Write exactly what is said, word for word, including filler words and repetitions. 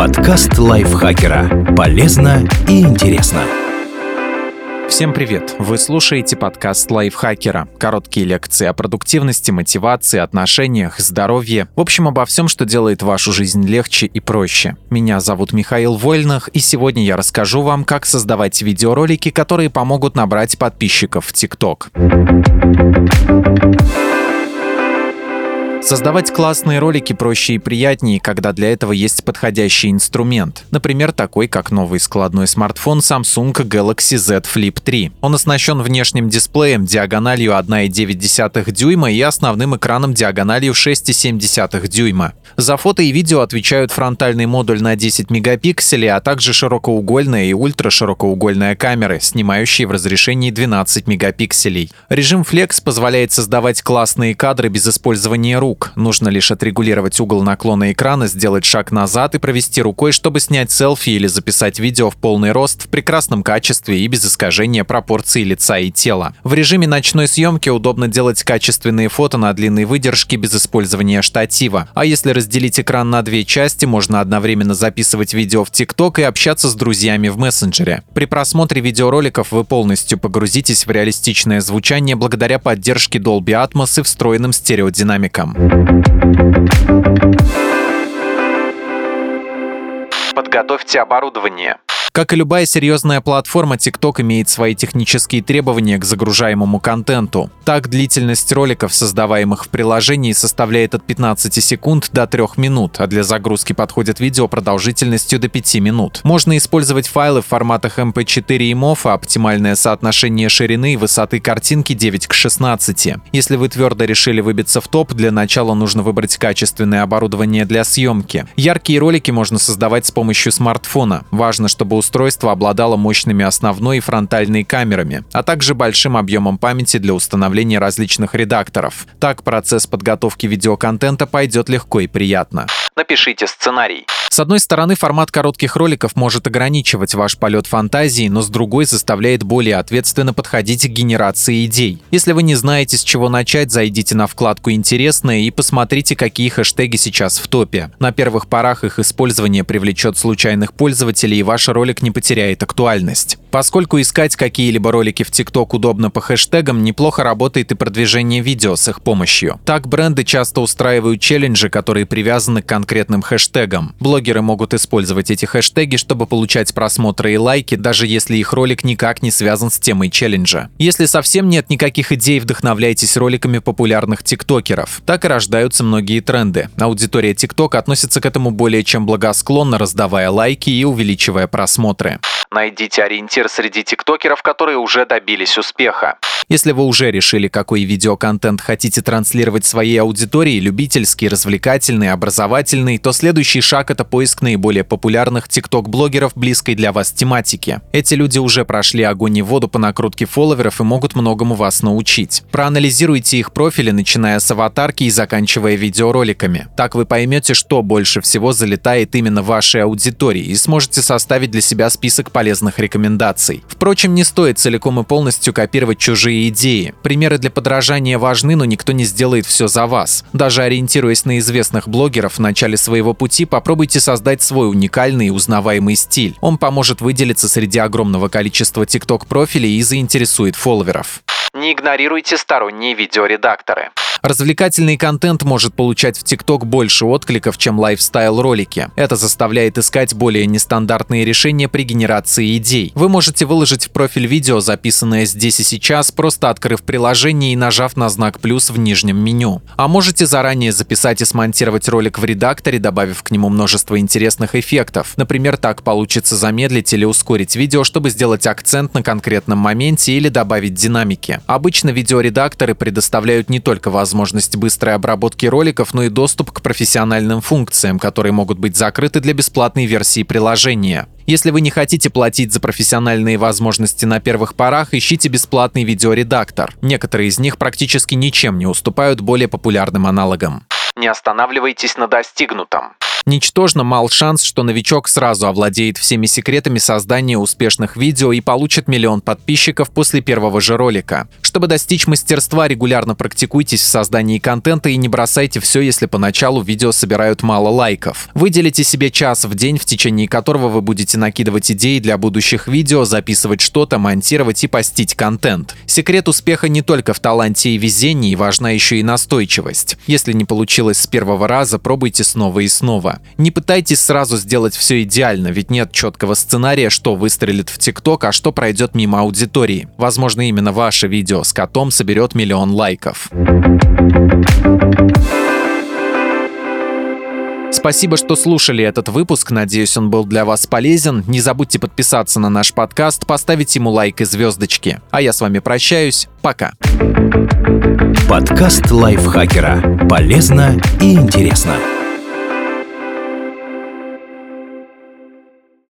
Подкаст лайфхакера. Полезно и интересно. Всем привет! Вы слушаете подкаст лайфхакера. Короткие лекции о продуктивности, мотивации, отношениях, здоровье. В общем, обо всем, что делает вашу жизнь легче и проще. Меня зовут Михаил Вольных, и сегодня я расскажу вам, как создавать видеоролики, которые помогут набрать подписчиков в ТикТок. Создавать классные ролики проще и приятнее, когда для этого есть подходящий инструмент. Например, такой, как новый складной смартфон Samsung Galaxy Z Flip три. Он оснащен внешним дисплеем диагональю одна целая девять десятых дюйма и основным экраном диагональю шесть целых семь десятых дюйма. За фото и видео отвечают фронтальный модуль на десять мегапикселей, а также широкоугольная и ультраширокоугольная камеры, снимающие в разрешении двенадцать мегапикселей. Режим Flex позволяет создавать классные кадры без использования рук. Нужно лишь отрегулировать угол наклона экрана, сделать шаг назад и провести рукой, чтобы снять селфи или записать видео в полный рост в прекрасном качестве и без искажения пропорций лица и тела. В режиме ночной съемки удобно делать качественные фото на длинной выдержке без использования штатива. А если разделить экран на две части, можно одновременно записывать видео в ТикТок и общаться с друзьями в мессенджере. При просмотре видеороликов вы полностью погрузитесь в реалистичное звучание благодаря поддержке Dolby Atmos и встроенным стереодинамикам. Подготовьте оборудование. Как и любая серьезная платформа, TikTok имеет свои технические требования к загружаемому контенту. Так, длительность роликов, создаваемых в приложении, составляет от пятнадцати секунд до трёх минут, а для загрузки подходят видео продолжительностью до пяти минут. Можно использовать файлы в форматах эм пэ четыре и мов, а оптимальное соотношение ширины и высоты картинки девять к шестнадцати. Если вы твердо решили выбиться в топ, для начала нужно выбрать качественное оборудование для съемки. Яркие ролики можно создавать с помощью смартфона. Важно, чтобы устройство обладало мощными основной и фронтальной камерами, а также большим объемом памяти для установления различных редакторов. Так процесс подготовки видеоконтента пойдет легко и приятно. Напишите сценарий. С одной стороны, формат коротких роликов может ограничивать ваш полет фантазии, но с другой заставляет более ответственно подходить к генерации идей. Если вы не знаете, с чего начать, зайдите на вкладку «Интересное» и посмотрите, какие хэштеги сейчас в топе. На первых порах их использование привлечет случайных пользователей, и ваш ролик не потеряет актуальность. Поскольку искать какие-либо ролики в TikTok удобно по хэштегам, неплохо работает и продвижение видео с их помощью. Так, бренды часто устраивают челленджи, которые привязаны к конкретным хэштегам. Блогеры могут использовать эти хэштеги, чтобы получать просмотры и лайки, даже если их ролик никак не связан с темой челленджа. Если совсем нет никаких идей, вдохновляйтесь роликами популярных тиктокеров. Так и рождаются многие тренды. Аудитория TikTok относится к этому более чем благосклонно, раздавая лайки и увеличивая просмотры. Найдите ориентир среди тиктокеров, которые уже добились успеха. Если вы уже решили, какой видеоконтент хотите транслировать своей аудитории, любительский, развлекательный, образовательный, то следующий шаг – это поиск наиболее популярных тикток-блогеров близкой для вас тематики. Эти люди уже прошли огонь и воду по накрутке фолловеров и могут многому вас научить. Проанализируйте их профили, начиная с аватарки и заканчивая видеороликами. Так вы поймете, что больше всего залетает именно вашей аудитории, и сможете составить для себя список полезных рекомендаций. Впрочем, не стоит целиком и полностью копировать чужие идеи. Примеры для подражания важны, но никто не сделает все за вас. Даже ориентируясь на известных блогеров в начале своего пути, попробуйте создать свой уникальный и узнаваемый стиль. Он поможет выделиться среди огромного количества тикток-профилей и заинтересует фолловеров. Не игнорируйте сторонние видеоредакторы. Развлекательный контент может получать в TikTok больше откликов, чем лайфстайл-ролики. Это заставляет искать более нестандартные решения при генерации идей. Вы можете выложить в профиль видео, записанное здесь и сейчас, просто открыв приложение и нажав на знак плюс в нижнем меню. А можете заранее записать и смонтировать ролик в редакторе, добавив к нему множество интересных эффектов. Например, так получится замедлить или ускорить видео, чтобы сделать акцент на конкретном моменте или добавить динамики. Обычно видеоредакторы предоставляют не только возможность быстрой обработки роликов, но и доступ к профессиональным функциям, которые могут быть закрыты для бесплатной версии приложения. Если вы не хотите платить за профессиональные возможности на первых порах, ищите бесплатный видеоредактор. Некоторые из них практически ничем не уступают более популярным аналогам. Не останавливайтесь на достигнутом. Ничтожно мал шанс, что новичок сразу овладеет всеми секретами создания успешных видео и получит миллион подписчиков после первого же ролика. Чтобы достичь мастерства, регулярно практикуйтесь в создании контента и не бросайте все, если поначалу видео собирают мало лайков. Выделите себе час в день, в течение которого вы будете накидывать идеи для будущих видео, записывать что-то, монтировать и постить контент. Секрет успеха не только в таланте и везении, важна еще и настойчивость. Если не получилось с первого раза, пробуйте снова и снова. Не пытайтесь сразу сделать все идеально, ведь нет четкого сценария, что выстрелит в ТикТок, а что пройдет мимо аудитории. Возможно, именно ваше видео с котом соберет миллион лайков. Спасибо, что слушали этот выпуск. Надеюсь, он был для вас полезен. Не забудьте подписаться на наш подкаст, поставить ему лайк и звездочки. А я с вами прощаюсь. Пока. Подкаст лайфхакера. Полезно и интересно.